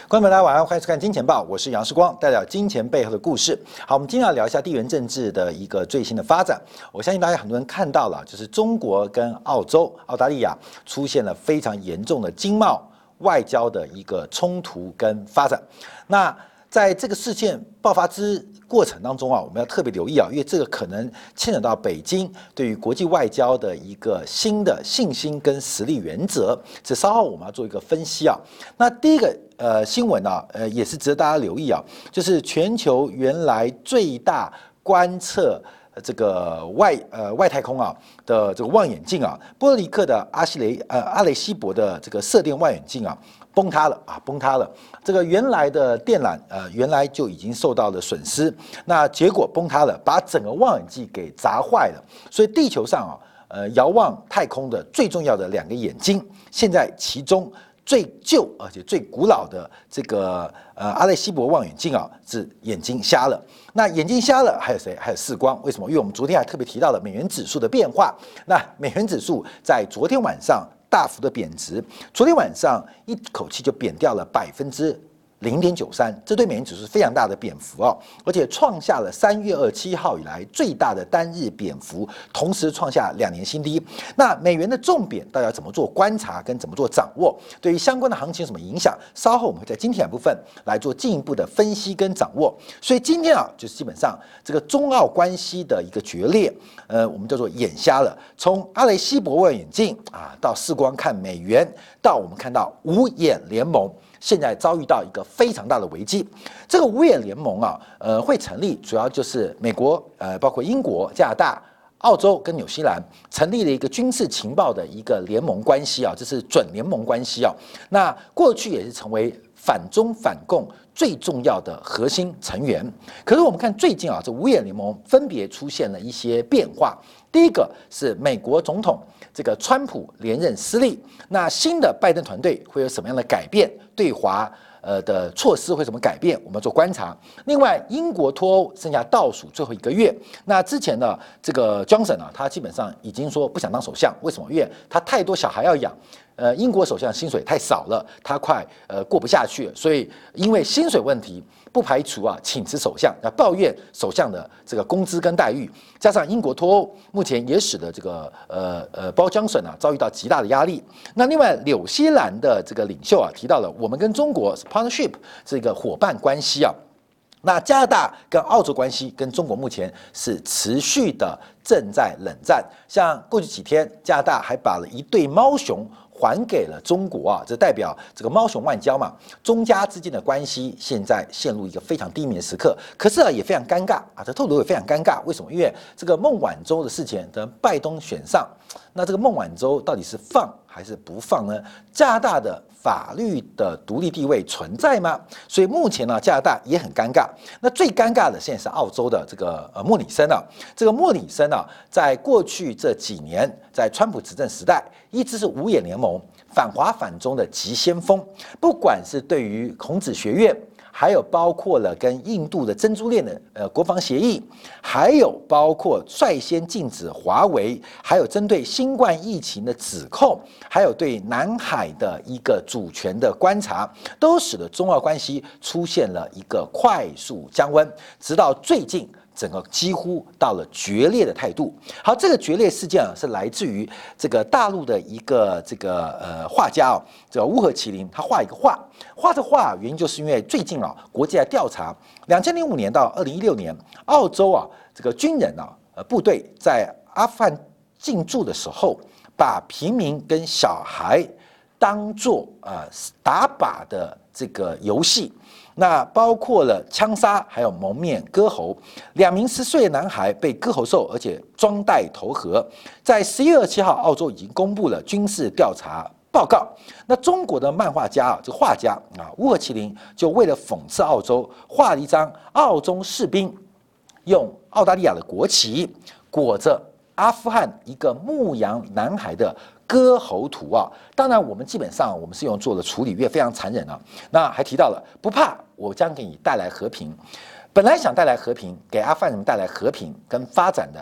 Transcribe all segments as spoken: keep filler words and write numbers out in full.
观众朋友大家晚上好，欢迎收看《金钱报》，我是杨世光，带来金钱背后的故事。好，我们今天要聊一下地缘政治的一个最新的发展。我相信大家很多人看到了，就是中国跟澳洲、澳大利亚出现了非常严重的经贸外交的一个冲突跟发展。那在这个事件爆发之过程当中啊，我们要特别留意啊，因为这个可能牵扯到北京对于国际外交的一个新的信心跟实力原则。这稍后我们要做一个分析啊。那第一个呃新闻啊，呃也是值得大家留意啊，就是全球原来最大观测这个外呃外太空啊的这个望远镜啊，波罗尼克的阿西雷呃阿雷西博的这个射电望远镜啊。崩塌了啊！崩塌了。这个原来的电缆，呃，原来就已经受到了损失，那结果崩塌了，把整个望远镜给砸坏了。所以地球上啊，呃，遥望太空的最重要的两个眼睛，现在其中最旧而且最古老的这个呃阿雷西博望远镜啊，是眼睛瞎了。那眼睛瞎了，还有谁？还有视光。为什么？因为我们昨天还特别提到了美元指数的变化。那美元指数在昨天晚上大幅的贬值，昨天晚上一口气就贬掉了百分之零点九三，这对美元指数是非常大的贬幅哦，而且创下了三月二十七号以来最大的单日贬幅，同时创下两年新低。那美元的重贬，大家怎么做观察跟怎么做掌握？对于相关的行情有什么影响？稍后我们会在今天的部分来做进一步的分析跟掌握。所以今天啊，就是基本上这个中澳关系的一个决裂，呃，我们叫做眼瞎了。从阿雷西博望远镜啊，到视光看美元，到我们看到五眼联盟。现在遭遇到一个非常大的危机，这个五眼联盟啊，呃，会成立，主要就是美国，呃，包括英国、加拿大、澳洲跟纽西兰成立了一个军事情报的一个联盟关系啊，这是准联盟关系啊。那过去也是成为反中反共最重要的核心成员。可是我们看最近啊，这五眼联盟分别出现了一些变化。第一个是美国总统这个川普连任失利，那新的拜登团队会有什么样的改变？对华呃的措施会怎么改变？我们要做观察。另外，英国脱欧剩下倒数最后一个月，那之前呢，这个 Johnson 啊，他基本上已经说不想当首相，为什么？因为他太多小孩要养。呃，英国首相薪水太少了，他快呃过不下去了，所以因为薪水问题，不排除啊请辞首相，那抱怨首相的这个工资跟待遇，加上英国脱欧，目前也使得这个呃呃包江省啊遭遇到极大的压力。那另外，纽西兰的这个领袖啊提到了，我们跟中国是 partnership 是一个伙伴关系啊。那加拿大跟澳洲关系跟中国目前是持续的正在冷战，像过去几天，加拿大还把了一对猫熊还给了中国啊，这代表这个猫熊外交嘛，中加之间的关系现在陷入一个非常低迷的时刻。可是啊，也非常尴尬啊，这透露也非常尴尬。为什么？因为这个孟晚舟的事情的拜登选上，那这个孟晚舟到底是放还是不放呢？加拿大的法律的独立地位存在吗？所以目前呢，加拿大也很尴尬。那最尴尬的现在是澳洲的这个呃莫里森啊，这个莫里森啊，在过去这几年，在川普执政时代，一直是五眼联盟反华反中的急先锋，不管是对于孔子学院。还有包括了跟印度的珍珠链的呃国防协议，还有包括率先禁止华为，还有针对新冠疫情的指控，还有对南海的一个主权的观察，都使得中澳关系出现了一个快速降温，直到最近。整个几乎到了决裂的态度。好，这个决裂事件啊，是来自于这个大陆的一个这个呃画家哦，这个乌合麒麟，他画一个画，画这画原因就是因为最近啊，国际来调查，两千零五年到二零一六年，澳洲啊这个军人啊呃部队在阿富汗进驻的时候，把平民跟小孩当作呃打靶的这个游戏。那包括了枪杀，还有蒙面割喉，两名十岁的男孩被割喉受，而且装袋投河。在十一月二十七号，澳洲已经公布了军事调查报告。那中国的漫画家啊，这个画家啊，乌合麒麟就为了讽刺澳洲，画了一张澳洲士兵用澳大利亚的国旗裹着阿富汗一个牧羊男孩的割喉图啊，当然我们基本上我们是用做了处理，也非常残忍啊。那还提到了不怕，我将给你带来和平。本来想带来和平，给阿富汗人带来和平跟发展的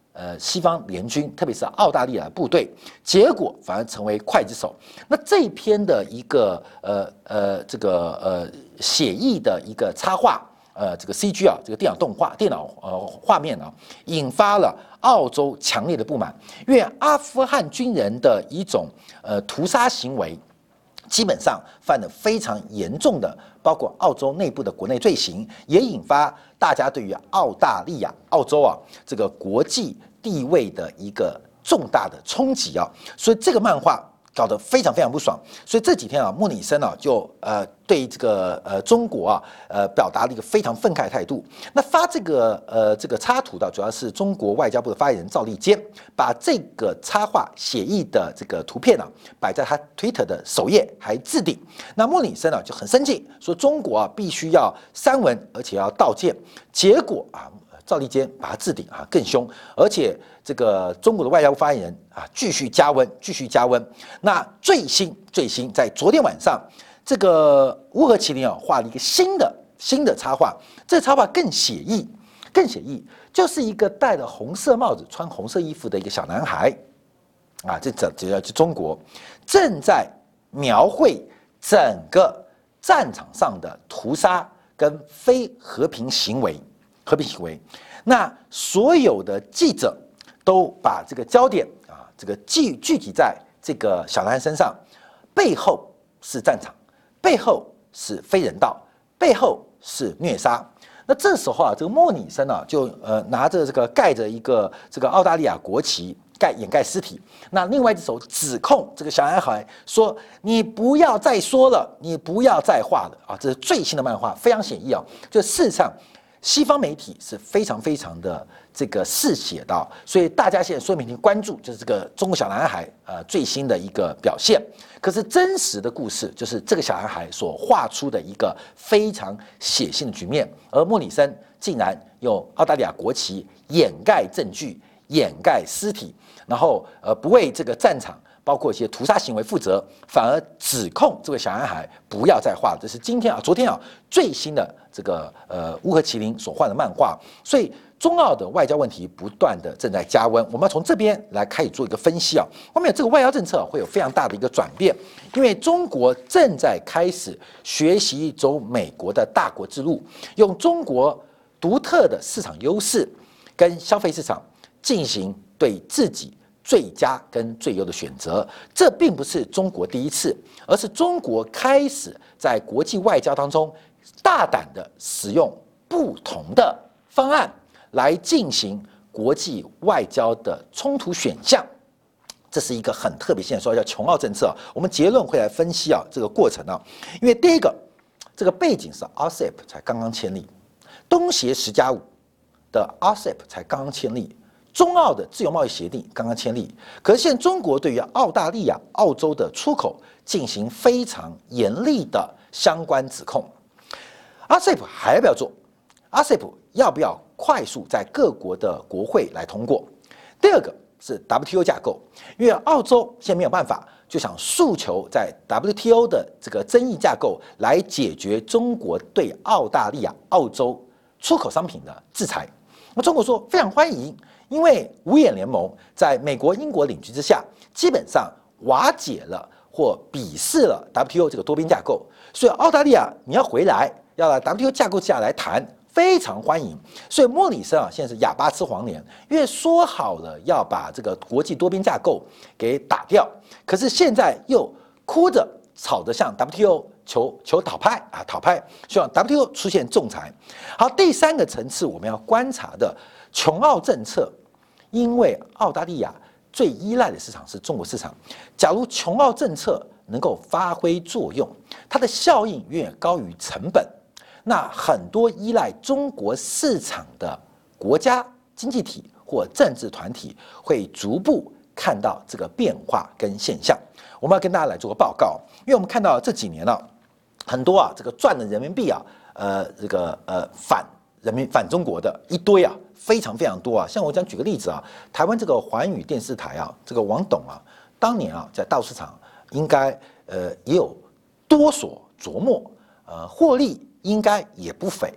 呃西方联军，特别是澳大利亚的部队，结果反而成为刽子手。那这篇的一个呃呃这个呃写意的一个插画。呃，这个 C G 啊，这个电脑动画、电脑呃画面啊，引发了澳洲强烈的不满，因为阿富汗军人的一种呃屠杀行为，基本上犯了非常严重的，包括澳洲内部的国内罪行，也引发大家对于澳大利亚、澳洲啊这个国际地位的一个重大的冲击啊，所以这个漫画。搞得非常非常不爽，所以这几天啊，莫里森啊就呃对这个呃中国啊呃表达了一个非常愤慨的态度。那发这个呃这个插图的主要是中国外交部的发言人赵立坚，把这个插画写意的这个图片啊摆在他 Twitter 的首页还置顶。那莫里森啊就很生气，说中国啊必须要删文，而且要道歉。结果啊。赵立坚把它置顶啊更凶，而且这个中国的外交部发言人啊继续加温，继续加温。那最新最新在昨天晚上，这个乌合麒麟啊画了一个新的新的插画，这插画更写意，更写意，就是一个戴了红色帽子、穿红色衣服的一个小男孩啊，这整这叫中国正在描绘整个战场上的屠杀跟非和平行为。和平行为，那所有的记者都把这个焦点啊，这个聚聚集在这个小男孩身上，背后是战场，背后是非人道，背后是虐杀。那这时候啊，这个莫里森啊，就呃拿着这个盖着一个这个澳大利亚国旗盖掩盖尸体，那另外一只手指控这个小男孩说：“你不要再说了，你不要再画了啊！”这是最新的漫画，非常显意啊，就事实上。西方媒体是非常非常的这个嗜血的，所以大家现在所有媒体关注就是这个中国小男孩呃最新的一个表现。可是真实的故事就是这个小男孩所画出的一个非常血腥的局面，而莫里森竟然用澳大利亚国旗掩盖证据、掩盖尸体，然后呃不为这个战场。包括一些屠杀行为负责，反而指控这位小男孩不要再画。这是今天啊，昨天啊最新的这个呃乌合麒麟所画的漫画。所以中澳的外交问题不断的正在加温。我们要从这边来开始做一个分析啊。后面这个外交政策会有非常大的一个转变，因为中国正在开始学习走美国的大国之路，用中国独特的市场优势跟消费市场进行对自己。最佳跟最优的选择，这并不是中国第一次，而是中国开始在国际外交当中大胆的使用不同的方案来进行国际外交的冲突选项。这是一个很特别，现在说叫琼澳政策，我们结论会来分析啊这个过程啊，因为第一个这个背景是 R C E P 才刚刚签立，东协十加五的 R C E P 才刚刚签立。中澳的自由贸易协定刚刚签立，可是现在中国对于澳大利亚、澳洲的出口进行非常严厉的相关指控。R C E P 还要不要做 ？R C E P 要不要快速在各国的国会来通过？第二个是 W T O 架构，因为澳洲现在没有办法，就想诉求在 W T O 的这个争议架构来解决中国对澳大利亚、澳洲出口商品的制裁。那中国说非常欢迎。因为五眼联盟在美国、英国领军之下，基本上瓦解了或鄙视了 W T O 这个多边架构，所以澳大利亚你要回来，要来 W T O 架构下来谈，非常欢迎。所以莫里森啊，现在是哑巴吃黄连，因为说好了要把这个国际多边架构给打掉，可是现在又哭着吵着向 W T O 求求讨拍啊，讨拍，希望 W T O 出现仲裁。好，第三个层次我们要观察的琼澳政策。因为澳大利亚最依赖的市场是中国市场，假如琼澳政策能够发挥作用，它的效应远远高于成本，那很多依赖中国市场的国家经济体或政治团体会逐步看到这个变化跟现象。我们要跟大家来做个报告，因为我们看到这几年啊，很多啊这个赚的人民币啊，呃这个呃反人民反中国的一堆啊。非常非常多啊！像我讲举个例子啊，台湾这个环宇电视台啊，这个王董啊，当年啊在大陆市场应该呃也有多所琢磨，呃获利应该也不菲。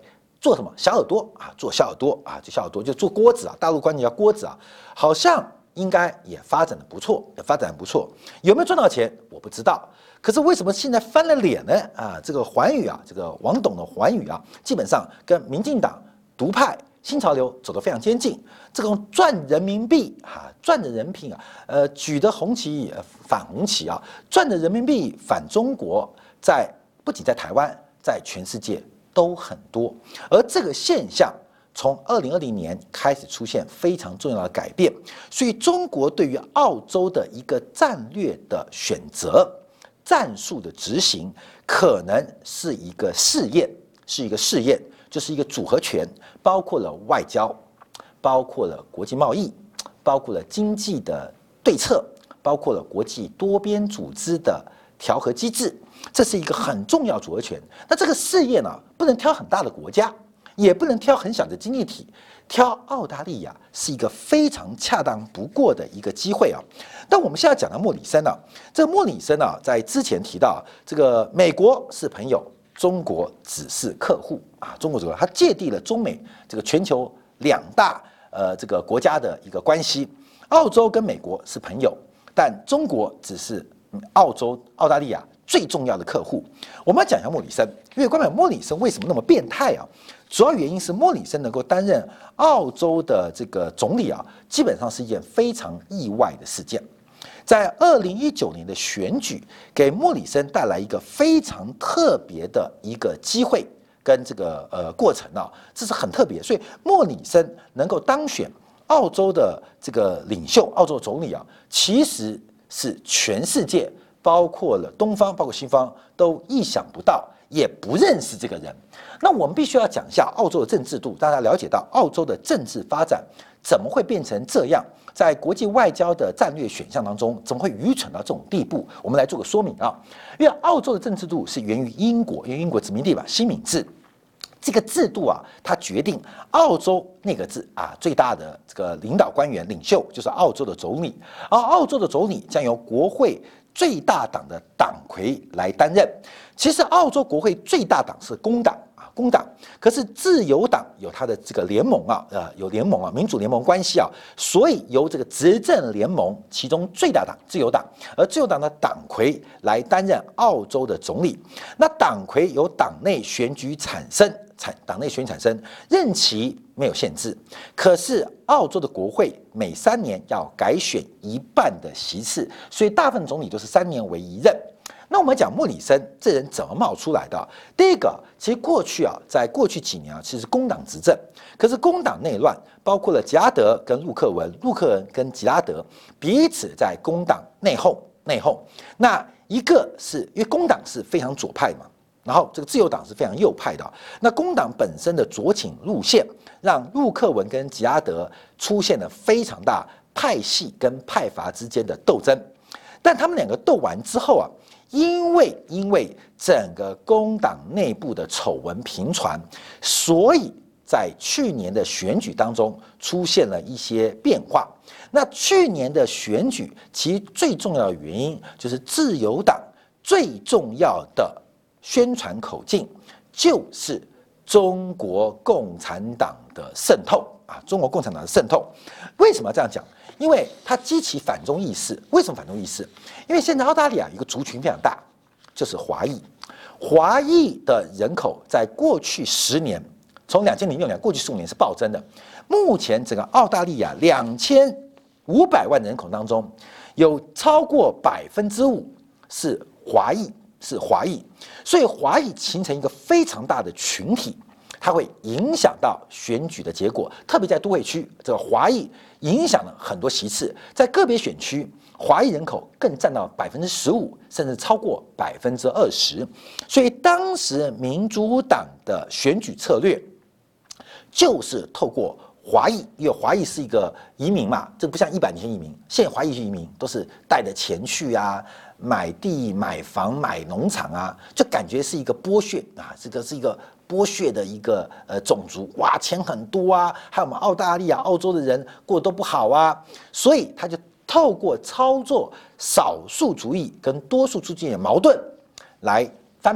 做什么小耳朵啊，做小耳朵啊，就小耳朵就做锅子啊，大陆管你叫锅子啊，好像应该也发展的不错，也发展的不错，有没有赚到钱我不知道。可是为什么现在翻了脸呢？啊，这个环宇啊，这个王董的环宇啊，基本上跟民进党独派新潮流走得非常接近。这种赚人民币啊，赚的人品啊，呃，举的红旗反红旗啊，赚的人民币反中国，在不仅在台湾，在全世界都很多。而这个现象从二零二零年开始出现非常重要的改变，所以中国对于澳洲的一个战略的选择。战术的执行可能是一个试验，是一个试验，就是一个组合拳，包括了外交，包括了国际贸易，包括了经济的对策，包括了国际多边组织的调和机制，这是一个很重要组合拳。那这个试验啊，不能挑很大的国家，也不能挑很小的经济体，挑澳大利亚是一个非常恰当不过的一个机会啊。但我们现在讲到莫里森啊，这个莫里森啊，在之前提到，这个美国是朋友，中国只是客户啊。中国主要他借鉴了中美这个全球两大呃这个国家的一个关系，澳洲跟美国是朋友，但中国只是澳洲、澳大利亚最重要的客户。我们要讲一下莫里森，因为关于莫里森为什么那么变态啊？主要原因是莫里森能够担任澳洲的这个总理啊，基本上是一件非常意外的事件。在二零一九年的选举，给莫里森带来一个非常特别的一个机会跟这个呃过程啊，这是很特别。所以莫里森能够当选澳洲的这个领袖、澳洲总理啊，其实是全世界，包括了东方、包括西方都意想不到，也不认识这个人。那我们必须要讲一下澳洲的政治度，大家了解到澳洲的政治发展怎么会变成这样。在国际外交的战略选项当中，怎么会愚蠢到这种地步？我们来做个说明啊。因为澳洲的政治度是源于英国，因为英国殖民地嘛，新敏制这个制度啊，它决定澳洲那个字啊，最大的这个领导官员、领袖就是澳洲的总理，而澳洲的总理将由国会最大党的党魁来担任。其实，澳洲国会最大党是工党。工党，可是自由党有它的这个联盟啊，呃，有联盟啊，民主联盟关系啊，所以由这个执政联盟其中最大党自由党，而自由党的党魁来担任澳洲的总理。那党魁由党内选举产生，产党内选举产生，任期没有限制。可是澳洲的国会每三年要改选一半的席次，所以大部分总理都是三年为一任。那我们讲莫里森这人怎么冒出来的？第一个，其实过去啊，在过去几年啊，其实工党执政，可是工党内乱，包括了吉拉德跟陆克文，陆克文跟吉拉德彼此在工党内讧内讧。那一个是因为工党是非常左派嘛，然后这个自由党是非常右派的。那工党本身的左倾路线，让陆克文跟吉拉德出现了非常大派系跟派阀之间的斗争。但他们两个斗完之后啊。因为因为整个工党内部的丑闻频传，所以在去年的选举当中出现了一些变化。那去年的选举其实最重要的原因就是自由党最重要的宣传口径就是中国共产党的渗透啊，中国共产党的渗透。为什么要这样讲？因为它激起反中意识。为什么反中意识？因为现在澳大利亚有一个族群非常大，就是华裔。华裔的人口在过去十年，从两千零六年过去十五年是暴增的。目前整个澳大利亚两千五百万人口当中，有超过百分之五是华裔，是华裔。所以华裔形成一个非常大的群体。它会影响到选举的结果，特别在都会区，这个华裔影响了很多席次，在个别选区，华裔人口更占到百分之十五，甚至超过百分之二十。所以当时民主党的选举策略就是透过华裔，因为华裔是一个移民嘛，这不像一百年前移民，现在华裔移民都是带着钱去啊，买地、买房、买农场啊，就感觉是一个剥削啊，这个是一个。剥削的一个呃种族，哇，钱很多啊，还有我们澳大利亚、澳洲的人过得都不好啊，所以他就透过操作少数主义跟多数主义的矛盾来翻盘。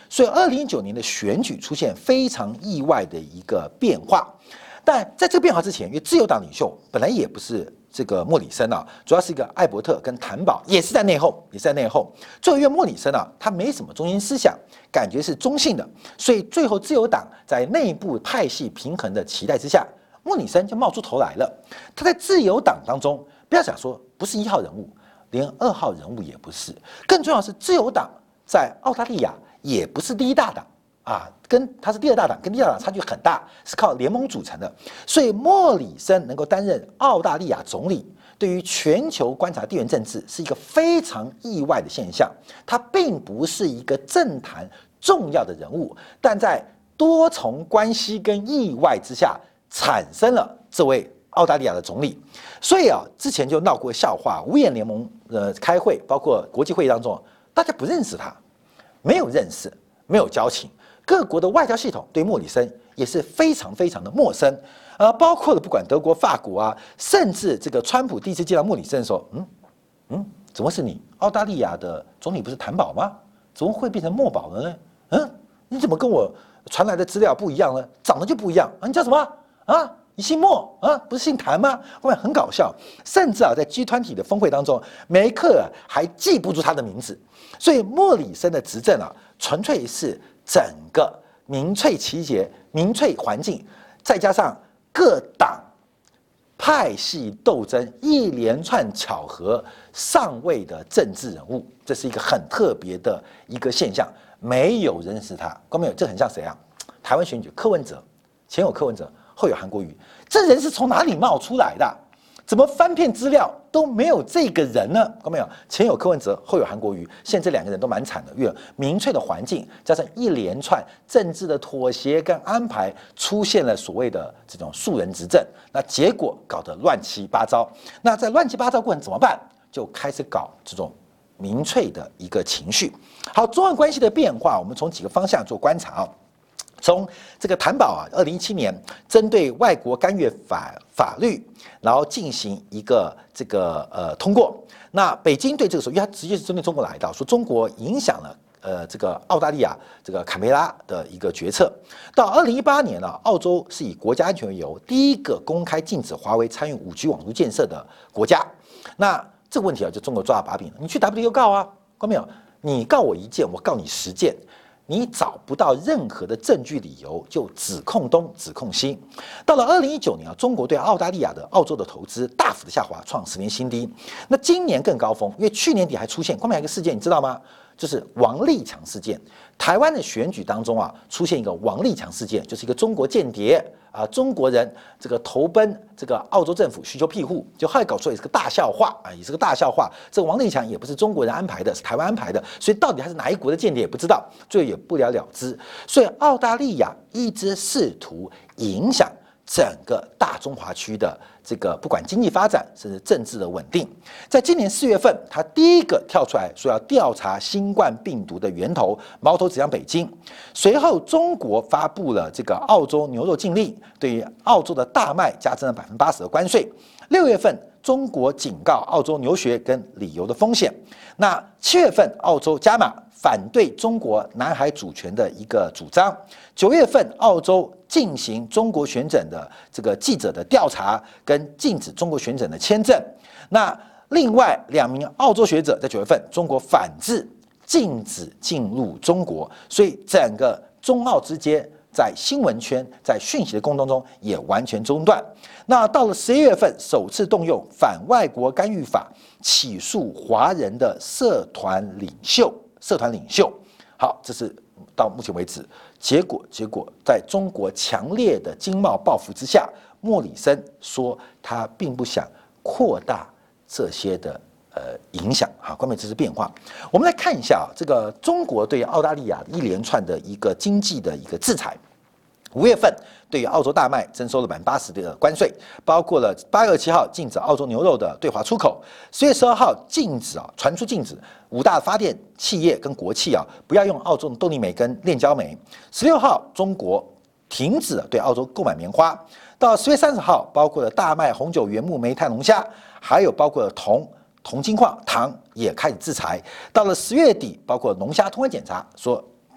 所以二零一九年的选举出现非常意外的一个变化。但在这个变化之前，因为自由党领袖本来也不是这个莫里森啊，主要是一个艾伯特跟谭宝，也是在内讧，也是在内讧。最后因为莫里森啊，他没什么中心思想，感觉是中性的，所以最后自由党在内部派系平衡的期待之下，莫里森就冒出头来了。他在自由党当中，不要想说不是一号人物，连二号人物也不是，更重要的是自由党在澳大利亚也不是第一大党。啊，跟他是第二大党，跟第二大党差距很大，是靠联盟组成的。所以莫里森能够担任澳大利亚总理，对于全球观察地缘政治是一个非常意外的现象。他并不是一个政坛重要的人物，但在多重关系跟意外之下，产生了这位澳大利亚的总理。所以啊，之前就闹过笑话，五眼联盟呃开会，包括国际会议当中，大家不认识他，没有认识，没有交情。各国的外交系统对莫里森也是非常非常的陌生，呃，包括了不管德国、法国啊，甚至这个川普第一次见到莫里森的时候，嗯嗯，怎么是你？澳大利亚的总理不是谭宝吗？怎么会变成莫宝了呢？嗯，你怎么跟我传来的资料不一样呢？长得就不一样啊！你叫什么啊？你姓莫啊？不是姓谭吗？后面很搞笑，甚至啊，在 G 团体的峰会当中，梅克尔还记不住他的名字，所以莫里森的执政啊，纯粹是。整个民粹集结、民粹环境，再加上各党派系斗争，一连串巧合上位的政治人物，这是一个很特别的一个现象。没有人认识他，观众朋友，这很像谁啊？台湾选举柯文哲，前有柯文哲，后有韩国瑜，这人是从哪里冒出来的？怎么翻遍资料都没有这个人呢？看到没有？前有柯文哲，后有韩国瑜，现在这两个人都蛮惨的。因为民粹的环境加上一连串政治的妥协跟安排，出现了所谓的这种素人执政，那结果搞得乱七八糟。那在乱七八糟过程怎么办？就开始搞这种民粹的一个情绪。好，中澳关系的变化，我们从几个方向做观察啊。从这个谭宝啊，二零一七年针对外国干预法法律，然后进行一个这个呃通过。那北京对这个时候，因为它直接是针对中国来的，说中国影响了呃这个澳大利亚这个坎培拉的一个决策。到二零一八年呢、啊，澳洲是以国家安全为由，第一个公开禁止华为参与五 G 网络建设的国家。那这个问题啊，就中国抓到把柄了。你去 W T O 告啊，看到没有？你告我一件，我告你十件。你找不到任何的证据理由，就指控东指控西。到了二零一九年啊，中国对澳大利亚的澳洲的投资大幅的下滑，创十年新低。那今年更高峰，因为去年底还出现光明一个事件，你知道吗？就是王立强事件。台湾的选举当中啊，出现一个王立强事件，就是一个中国间谍啊，中国人这个投奔这个澳洲政府寻求庇护，就后来搞出来也是个大笑话啊，也是个大笑话。这个王立强也不是中国人安排的，是台湾安排的，所以到底他是哪一国的间谍也不知道，最后也不了了之。所以澳大利亚一直试图影响整个大中华区的这个不管经济发展，甚至政治的稳定。在今年四月份，他第一个跳出来说要调查新冠病毒的源头，矛头指向北京。随后，中国发布了这个澳洲牛肉禁令，对于澳洲的大麦加征了百分之八十的关税。六月份，中国警告澳洲牛血跟理油的风险。那七月份，澳洲加码反对中国南海主权的一个主张。九月份，澳洲进行中国选诊的这个记者的调查，跟禁止中国选诊的签证。那另外两名澳洲学者在九月份，中国反制禁止进入中国，所以整个中澳之间在新闻圈、在讯息的沟通中也完全中断。那到了十一月份，首次动用反外国干预法起诉华人的社团领袖。社团领袖，好，这是到目前为止结果。结果在中国强烈的经贸报复之下，莫里森说他并不想扩大这些的呃影响。好，关键这是变化。我们来看一下啊，这个中国对澳大利亚一连串的一个经济的一个制裁。五月份对于澳洲大麦征收了百分之八十的关税，包括了八月二十七号禁止澳洲牛肉的对华出口，十月十二号禁止啊传出禁止五大发电企业跟国企啊不要用澳洲的动力煤跟炼焦煤。十六号中国停止对澳洲购买棉花，到十月三十号包括了大麦、红酒、原木、煤炭、龙虾，还有包括了铜。铜金矿、糖也开始制裁。到了十月底，包括龙虾通关检查说。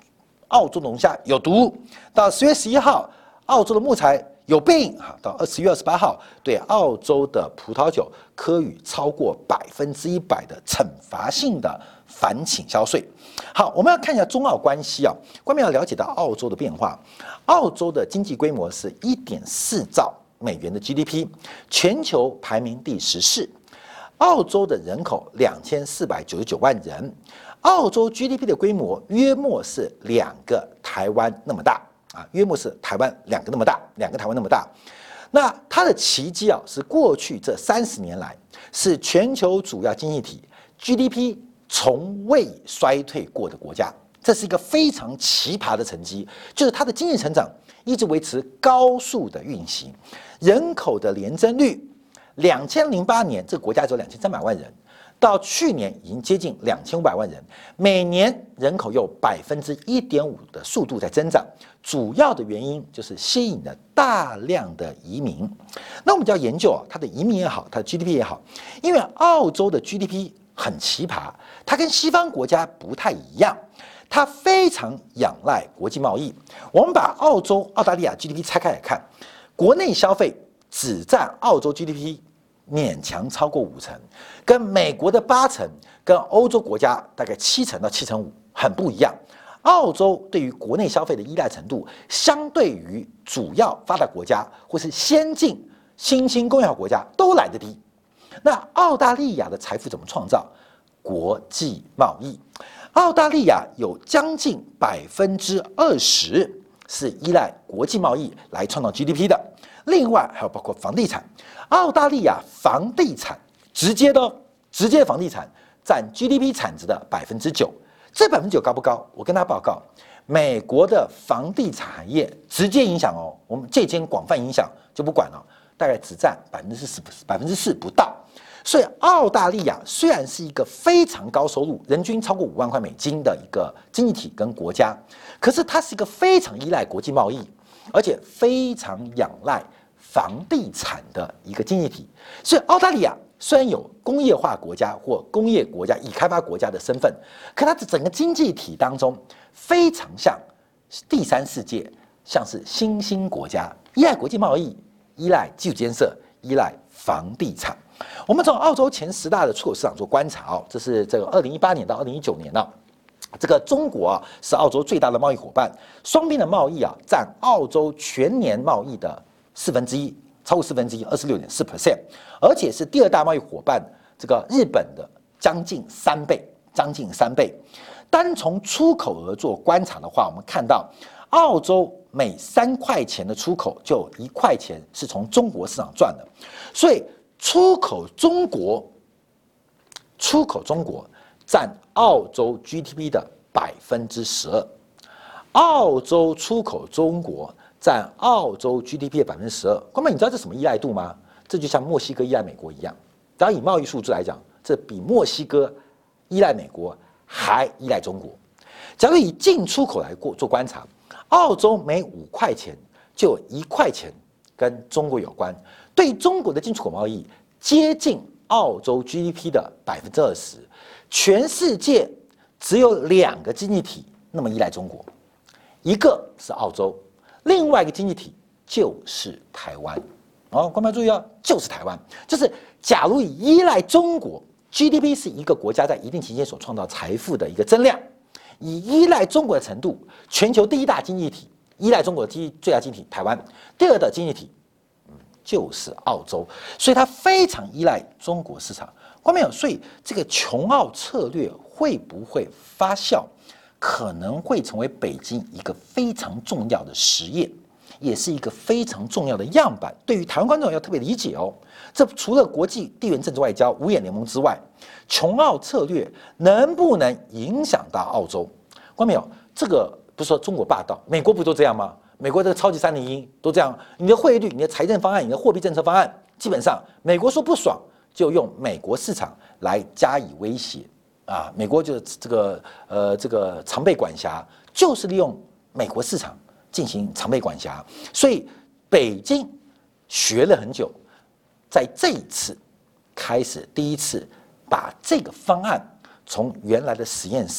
澳洲龙虾有毒。到十月十一号，澳洲的木材有病。好，到十月二十八号，对澳洲的葡萄酒科予超过百分之一百的惩罚性的反倾销税。好，我们要看一下中澳关系啊，关键要了解到澳洲的变化。澳洲的经济规模是一点四兆美元的 G D P， 全球排名第十四。澳洲的人口两千四百九十九万人，澳洲 G D P 的规模约莫是两个台湾那么大啊，约莫是台湾两个那么大，两个台湾那么大。那它的奇迹啊，是过去这三十年来是全球主要经济体 G D P 从未衰退过的国家，这是一个非常奇葩的成绩，就是它的经济成长一直维持高速的运行，人口的年增率，两千零八年这个国家只有两千三百万人，到去年已经接近两千五百万人，每年人口有百分之一点五的速度在增长，主要的原因就是吸引了大量的移民。那我们就要研究啊，它的移民也好，它的 G D P 也好，因为澳洲的 G D P 很奇葩，它跟西方国家不太一样，它非常仰赖国际贸易。我们把澳洲、澳大利亚 G D P 拆开来看，国内消费只占澳洲 G D P 勉强超过五成，跟美国的八成，跟欧洲国家大概七成到七成五很不一样。澳洲对于国内消费的依赖程度，相对于主要发达国家或是先进新兴工业化国家都来得低。那澳大利亚的财富怎么创造？国际贸易。澳大利亚有将近百分之二十是依赖国际贸易来创造 G D P 的。另外还有包括房地产，澳大利亚房地产直接的直接房地产占 G D P 产值的百分之九，这百分之九高不高？我跟大家报告，美国的房地产行业直接影响哦，我们这间广泛影响就不管了，大概只占百分之四百分之四不到。所以澳大利亚虽然是一个非常高收入，人均超过五万块美金的一个经济体跟国家，可是它是一个非常依赖国际贸易，而且非常仰赖房地产的一个经济体。所以澳大利亚虽然有工业化国家或工业国家、已开发国家的身份，可它的整个经济体当中非常像第三世界，像是新兴国家，依赖国际贸易，依赖基础建设，依赖房地产。我们从澳洲前十大的出口市场做观察哦，这是这个二零一八年到二零一九年呢、啊。这个中国啊是澳洲最大的贸易伙伴，双边的贸易啊占澳洲全年贸易的四分之一，超过四分之一，二十六点四 percent， 而且是第二大贸易伙伴，这个日本的将近三倍，将近三倍。单从出口额做观察的话，我们看到澳洲每三块钱的出口就一块钱是从中国市场赚的，所以出口中国，出口中国占澳洲 G D P 的百分之十二，澳洲出口中国占澳洲 G D P 的百分之十二。哥们，你知道这什么依赖度吗？这就像墨西哥依赖美国一样。当然，以贸易数字来讲，这比墨西哥依赖美国还依赖中国。假如以进出口来过做观察，澳洲每五块钱就有一块钱跟中国有关，对中国的进出口贸易接近澳洲 G D P 的百分之二十。全世界只有两个经济体那么依赖中国，一个是澳洲，另外一个经济体就是台湾。哦，观众注意哦，就是台湾。就是假如以依赖中国 G D P 是一个国家在一定期间所创造财富的一个增量，以依赖中国的程度，全球第一大经济体依赖中国的第一最大经济体台湾，第二的经济体嗯就是澳洲，所以它非常依赖中国市场。观众朋友，所以这个穷澳策略会不会发酵，可能会成为北京一个非常重要的实验，也是一个非常重要的样板。对于台湾观众要特别理解哦。这除了国际地缘政治外交五眼联盟之外，穷澳策略能不能影响到澳洲？观众朋友，这个不是说中国霸道，美国不都这样吗？美国的超级三零一都这样，你的汇率、你的财政方案、你的货币政策方案，基本上美国说不爽，就用美国市场来加以威胁啊！美国就是这个呃这个常备管辖，就是利用美国市场进行常备管辖。所以北京学了很久，在这一次开始第一次把这个方案从原来的实验室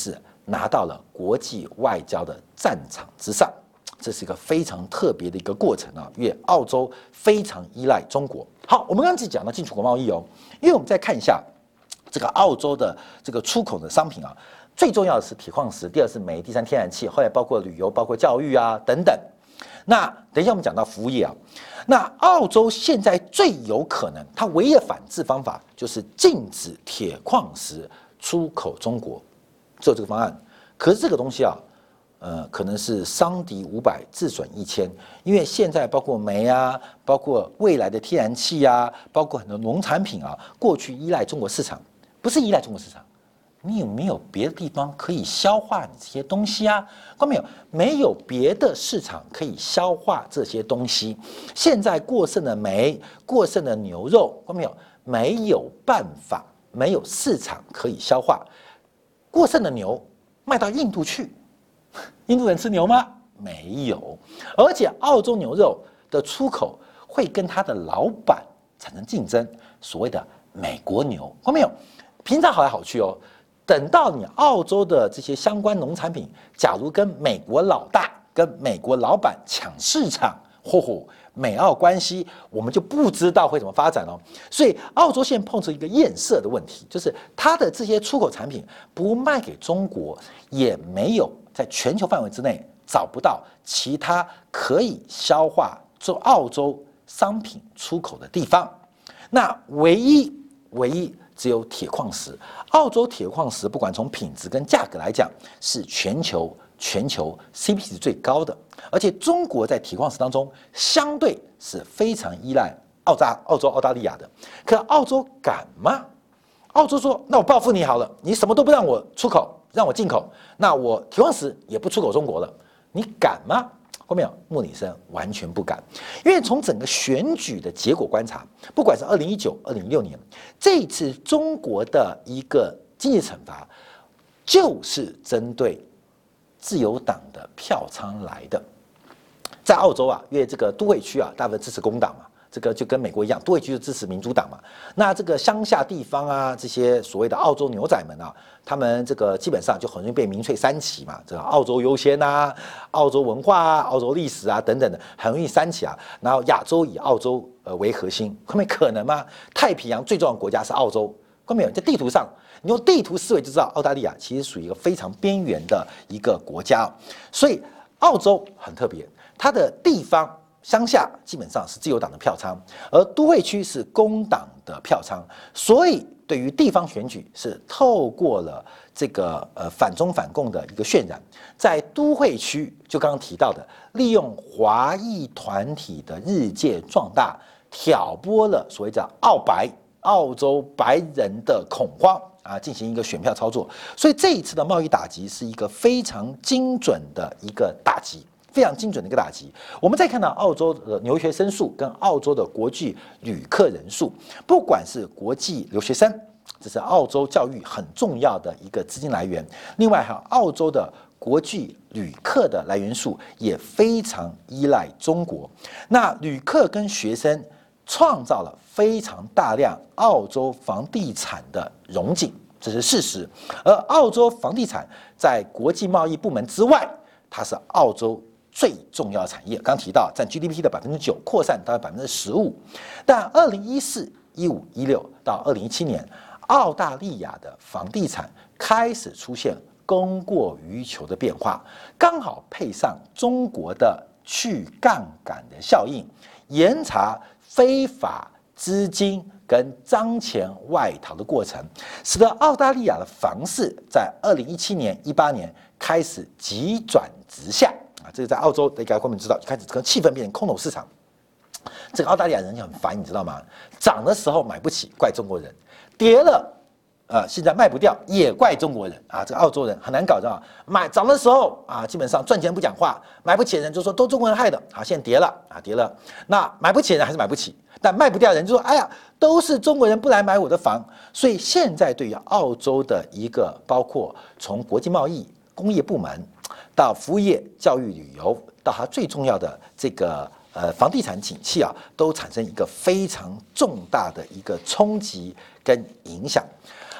拿到了国际外交的战场之上。这是一个非常特别的一个过程啊，因为澳洲非常依赖中国。好，我们刚才讲到进出口贸易哦，因为我们再看一下这个澳洲的这个出口的商品啊，最重要的是铁矿石，第二是煤，第三天然气，后来包括旅游、包括教育啊等等。那等一下我们讲到服务业啊，那澳洲现在最有可能，它唯一的反制方法就是禁止铁矿石出口中国，只有这个方案。可是这个东西啊。呃，可能是伤敌五百，自损一千，因为现在包括煤啊，包括未来的天然气啊，包括很多农产品啊，过去依赖中国市场，不是依赖中国市场，你有没有别的地方可以消化你这些东西啊？看到没有？没有别的市场可以消化这些东西。现在过剩的煤、过剩的牛肉，看到没有？没有办法，没有市场可以消化。过剩的牛卖到印度去。印度人吃牛吗？没有，而且澳洲牛肉的出口会跟他的老板产生竞争，所谓的美国牛，看到没有？平常好来好去哦，等到你澳洲的这些相关农产品，假如跟美国老大、跟美国老板抢市场，嚯嚯，美澳关系我们就不知道会怎么发展哦。所以澳洲现在碰出一个厌色的问题，就是它的这些出口产品不卖给中国，也没有。在全球范围之内找不到其他可以消化做澳洲商品出口的地方，那唯一唯一只有铁矿石。澳洲铁矿石不管从品质跟价格来讲，是全球全球 C P 值最高的，而且中国在铁矿石当中相对是非常依赖澳大澳洲澳大利亚的。可澳洲敢吗？澳洲说：“那我报复你好了，你什么都不让我出口。”让我进口，那我铁矿石也不出口中国了，你敢吗？后面莫里森完全不敢，因为从整个选举的结果观察，不管是二零一九、二零一六年，这次中国的一个经济惩罚，就是针对自由党的票仓来的。在澳洲啊，因为这个都会区啊，大部分支持工党嘛。这个就跟美国一样，都会区就支持民主党嘛。那这个乡下地方啊，这些所谓的澳洲牛仔们啊，他们这个基本上就很容易被民粹三起嘛。这个澳洲优先啊，澳洲文化啊，澳洲历史啊等等的，很容易三起啊。然后亚洲以澳洲呃为核心，后面可能吗？太平洋最重要的国家是澳洲，看到没有？在地图上，你用地图思维就知道，澳大利亚其实属于一个非常边缘的一个国家。所以澳洲很特别，它的地方。乡下基本上是自由党的票仓，而都会区是工党的票仓，所以对于地方选举是透过了这个呃反中反共的一个渲染，在都会区就刚刚提到的，利用华裔团体的日渐壮大，挑拨了所谓的澳白澳洲白人的恐慌啊，进行一个选票操作，所以这一次的贸易打击是一个非常精准的一个打击。非常精准的一个打击。我们再看到澳洲的留学生数跟澳洲的国际旅客人数，不管是国际留学生，这是澳洲教育很重要的一个资金来源。另外还有澳洲的国际旅客的来源数也非常依赖中国。那旅客跟学生创造了非常大量澳洲房地产的荣景，这是事实。而澳洲房地产在国际贸易部门之外，它是澳洲最重要的产业，刚提到占 G D P 的百分之九，扩散到百分之十五。但二零一四、一五、一六到二零一七年，澳大利亚的房地产开始出现供过于求的变化，刚好配上中国的去杠杆的效应，严查非法资金跟脏钱外逃的过程，使得澳大利亚的房市在二零一七年、一八年开始急转直下。啊，这个在澳洲大家后面知道，就开始这个气氛变成空头市场。这个澳大利亚人就很烦，你知道吗？涨的时候买不起，怪中国人；跌了，呃，现在卖不掉，也怪中国人啊。这个澳洲人很难搞，知道吗？买涨的时候啊，基本上赚钱不讲话；买不起的人就说都中国人害的。好，现在跌了啊，跌了，那买不起的人还是买不起，但卖不掉的人就说，哎呀，都是中国人不来买我的房。所以现在对于澳洲的一个，包括从国际贸易、工业部门。到服务业、教育、旅游，到它最重要的这个呃房地产景气啊，都产生一个非常重大的一个冲击跟影响。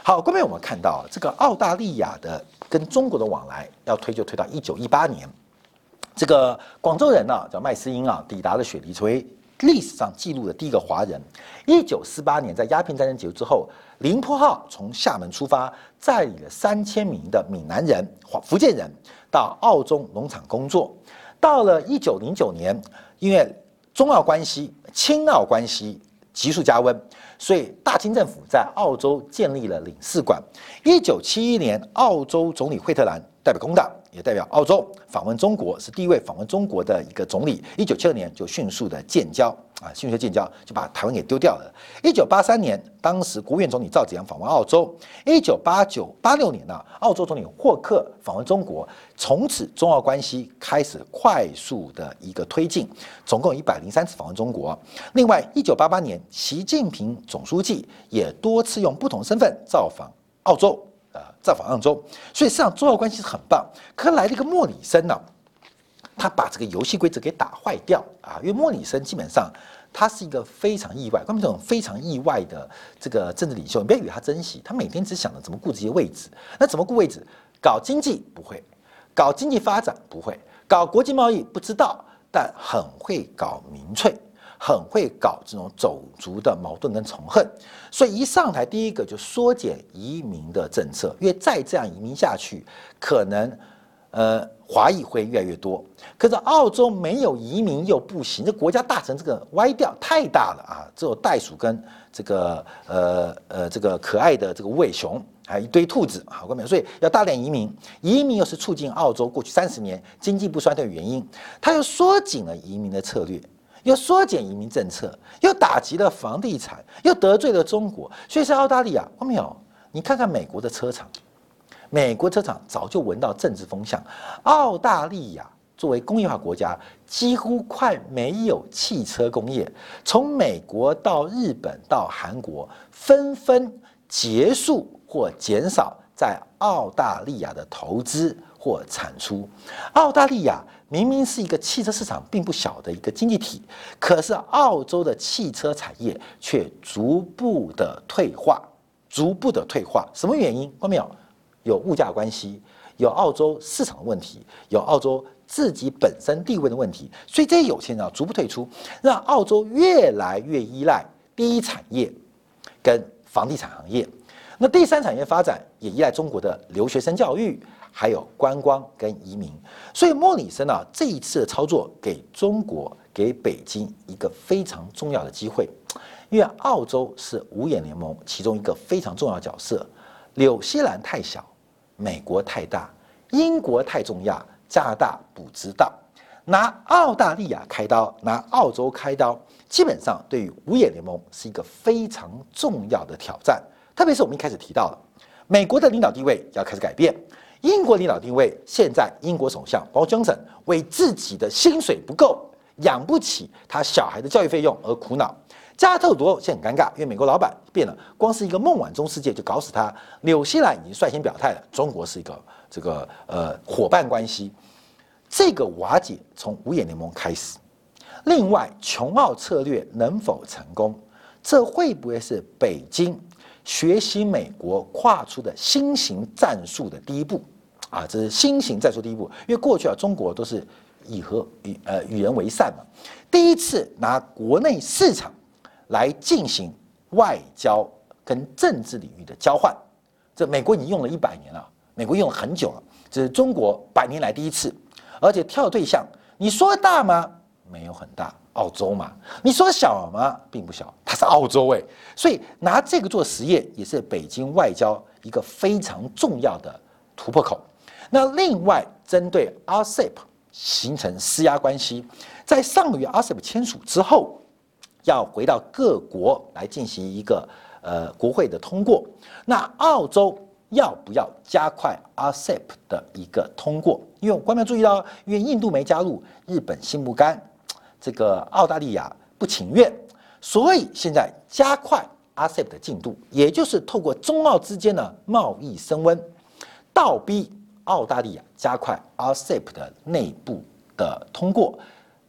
好，各位我们看到这个澳大利亚的跟中国的往来要推就推到一九一八年，这个广州人呢、啊、叫麦斯因啊，抵达了雪梨，成为历史上记录的第一个华人。一九四八年，在鸦片战争结束之后，宁波号从厦门出发，载领了三千名的闽南人、福建人到澳洲农场工作。到了一九零九年，因为中澳关系、清澳关系急速加温，所以大清政府在澳洲建立了领事馆。一九七一年，澳洲总理惠特兰代表工党，也代表澳洲访问中国，是第一位访问中国的一个总理。一九七二年就迅速的建交啊，迅速建交就把台湾给丢掉了。一九八三年，当时国务院总理赵紫阳访问澳洲。一九八九八六年呢、啊，澳洲总理霍克访问中国，从此中澳关系开始快速的一个推进，总共有一百零三次访问中国。另外，一九八八年，习近平总书记也多次用不同身份造访澳洲。呃，造访澳洲，所以实际上中澳关系是很棒。可来了一个莫里森呢、啊，他把这个游戏规则给打坏掉啊！因为莫里森基本上他是一个非常意外，关于这种非常意外的这个政治领袖，你不要以为他珍惜，他每天只想着怎么顾这些位置。那怎么顾位置？搞经济不会，搞经济发展不会，搞国际贸易不知道，但很会搞民粹。很会搞这种种族的矛盾跟仇恨，所以一上台第一个就缩减移民的政策，因为再这样移民下去，可能呃华裔会越来越多。可是澳洲没有移民又不行，这国家大成这个歪掉太大了啊！只有袋鼠跟这个呃呃这个可爱的这个无尾熊，还有一堆兔子，好过没有？所以要大量移民，移民又是促进澳洲过去三十年经济不衰退的原因，它又缩紧了移民的策略。又缩减移民政策，又打击了房地产，又得罪了中国，所以是澳大利亚。看到没有？你看看美国的车厂，美国车厂早就闻到政治风向。澳大利亚作为工业化国家，几乎快没有汽车工业，从美国到日本到韩国，纷纷结束或减少在澳大利亚的投资或产出。澳大利亚明明是一个汽车市场并不小的一个经济体，可是澳洲的汽车产业却逐步的退化，逐步的退化。什么原因？看到没有？有物价关系，有澳洲市场的问题，有澳洲自己本身地位的问题，所以这些有钱人啊逐步退出，让澳洲越来越依赖第一产业跟房地产行业。那第三产业发展也依赖中国的留学生教育，还有观光跟移民。所以莫里森啊这一次的操作给中国、给北京一个非常重要的机会，因为澳洲是五眼联盟其中一个非常重要的角色。纽西兰太小，美国太大，英国太重要，加拿大不知道。拿澳大利亚开刀，拿澳洲开刀，基本上对于五眼联盟是一个非常重要的挑战。特别是我们一开始提到了，美国的领导地位要开始改变，英国领导地位现在英国首相鲍江森为自己的薪水不够，养不起他小孩的教育费用而苦恼。加特罗现在很尴尬，因为美国老板变了，光是一个孟晚舟事件就搞死他。纽西兰已经率先表态了，中国是一个这个呃伙伴关系，这个瓦解从五眼联盟开始。另外，琼澳策略能否成功，这会不会是北京学习美国跨出的新型战术的第一步啊？这是新型战术第一步，因为过去啊，中国都是以和与呃与人为善嘛，第一次拿国内市场来进行外交跟政治领域的交换，这美国已经用了一百年了，美国用了很久了，这是中国百年来第一次，而且挑的对象，你说大吗？没有很大，澳洲嘛。你说小吗？并不小，它是澳洲哎，所以拿这个做实验，也是北京外交一个非常重要的突破口。那另外，针对 R C E P 形成施压关系，在上个月 R C E P 签署之后，要回到各国来进行一个呃国会的通过。那澳洲要不要加快 R C E P 的一个通过？因为官员注意到，因为印度没加入，日本心不甘，这个澳大利亚不情愿，所以现在加快 R C E P 的进度，也就是透过中澳之间的贸易升温，倒逼澳大利亚加快 R C E P 的内部的通过。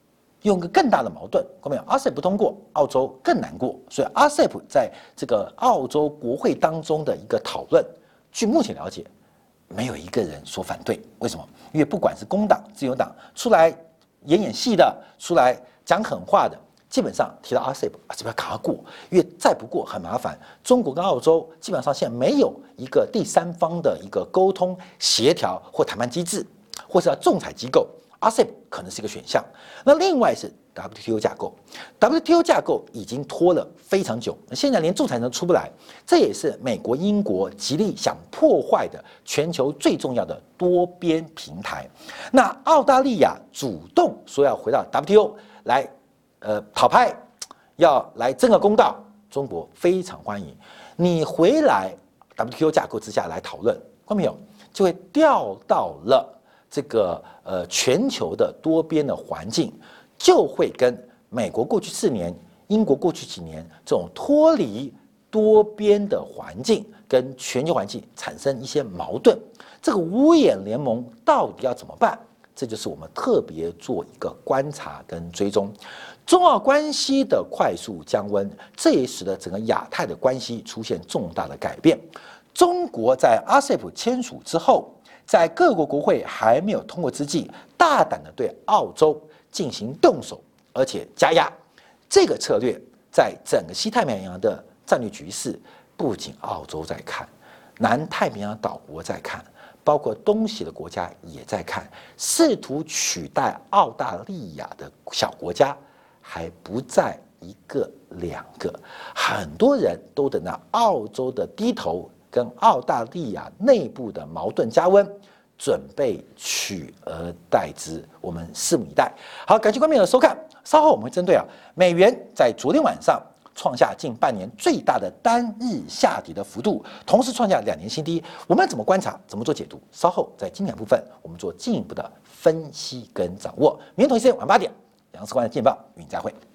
用个更大的矛盾，看到没有 ？R C E P 不通过，澳洲更难过，所以 R C E P 在这个澳洲国会当中的一个讨论，据目前了解，没有一个人说反对。为什么？因为不管是工党、自由党出来演演戏的，出来讲狠话的，基本上提到 R C E P 啊，这边赶快过，因为再不过很麻烦。中国跟澳洲基本上现在没有一个第三方的一个沟通、协调或谈判机制，或是要仲裁机构。R C E P 可能是一个选项，那另外是 W T O 架构 ，W T O 架构已经拖了非常久，现在连仲裁都出不来，这也是美国、英国极力想破坏的全球最重要的多边平台。那澳大利亚主动说要回到 W T O 来，呃，讨拍，要来争个公道，中国非常欢迎你回来 W T O 架构之下来讨论，看到没有？就会调到了。这个呃全球的多边的环境，就会跟美国过去四年、英国过去几年这种脱离多边的环境跟全球环境产生一些矛盾。这个五眼联盟到底要怎么办？这就是我们特别做一个观察跟追踪。中澳关系的快速降温，这也使得整个亚太的关系出现重大的改变。中国在 R C E P 签署之后。在各国国会还没有通过之际，大胆的对澳洲进行动手，而且加压。这个策略在整个西太平洋的战略局势，不仅澳洲在看，南太平洋岛国在看，包括东西的国家也在看，试图取代澳大利亚的小国家还不在一个两个，很多人都等到澳洲的低头。跟澳大利亚内部的矛盾加温，准备取而代之，我们拭目以待。好，感谢观众的收看，稍后我们会针对啊美元在昨天晚上创下近半年最大的单日下跌的幅度，同时创下两年新低，我们怎么观察，怎么做解读？稍后在精彩部分我们做进一步的分析跟掌握。明天同一时间晚八点，杨世光的见报与你再会。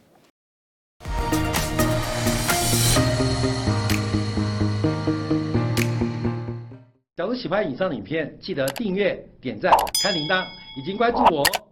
假如喜欢以上的影片，记得订阅、点赞、开铃铛，已经关注我哦。